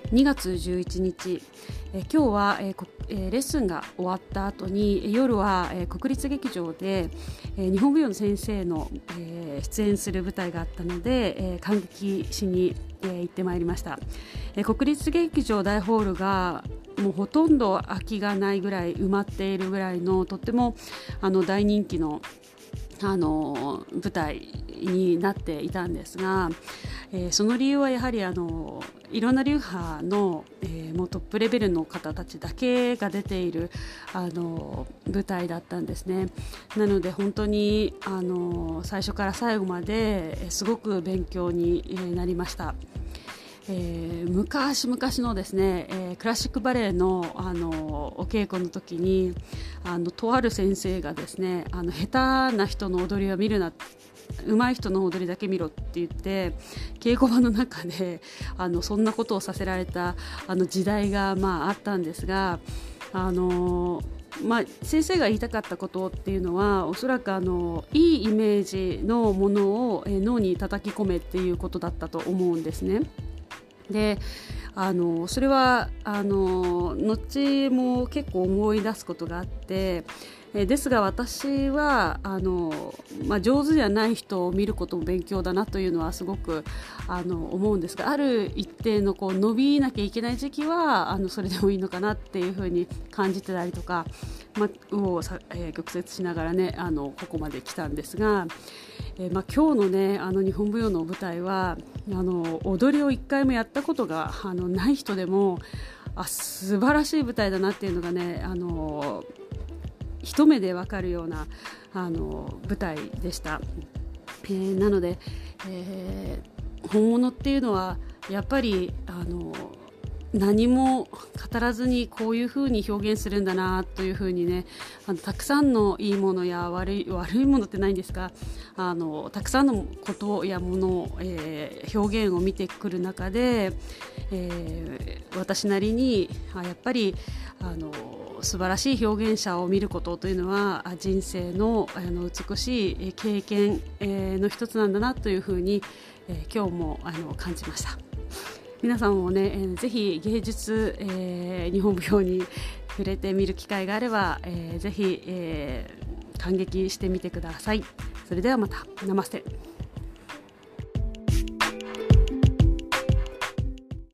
2月11日、今日は、レッスンが終わった後に夜は、国立劇場で、日本舞踊の先生の、出演する舞台があったので、感激しに、行ってまいりました。国立劇場大ホールがもうほとんど空きがないぐらい埋まっているぐらいのとっても大人気の舞台になっていたんですが、その理由はやはりいろんな流派の、もうトップレベルの方たちだけが出ている舞台だったんですね。なので本当に最初から最後まですごく勉強になりました。昔々のですね、クラシックバレエの、お稽古の時にとある先生がですね下手な人の踊りは見るな、上手い人の踊りだけ見ろって言って稽古場の中でそんなことをさせられた時代が、あったんですが、先生が言いたかったことっていうのはおそらくいいイメージのものを脳に叩き込めっていうことだったと思うんですね。でそれは後も結構思い出すことがあって、ですが私は上手じゃない人を見ることも勉強だなというのはすごく思うんですが、ある一定の伸びなきゃいけない時期はそれでもいいのかなっていうふうに感じてたりとか、曲折しながらねここまで来たんですが、今日のね日本舞踊の舞台は踊りを一回もやったことがない人でも素晴らしい舞台だなっていうのがね一目で分かるような舞台でした。なので、本物っていうのはやっぱり何も語らずにこういう風に表現するんだなという風にねたくさんのいいものや悪いものってないんですがたくさんのことやもの、表現を見てくる中で、私なりにやっぱり素晴らしい表現者を見ることというのは人生の美しい経験の一つなんだなという風に今日も感じました。皆さんもね、ぜひ芸術、日本舞踊に触れてみる機会があれば、ぜひ、感激してみてください。それではまた。ナマステ。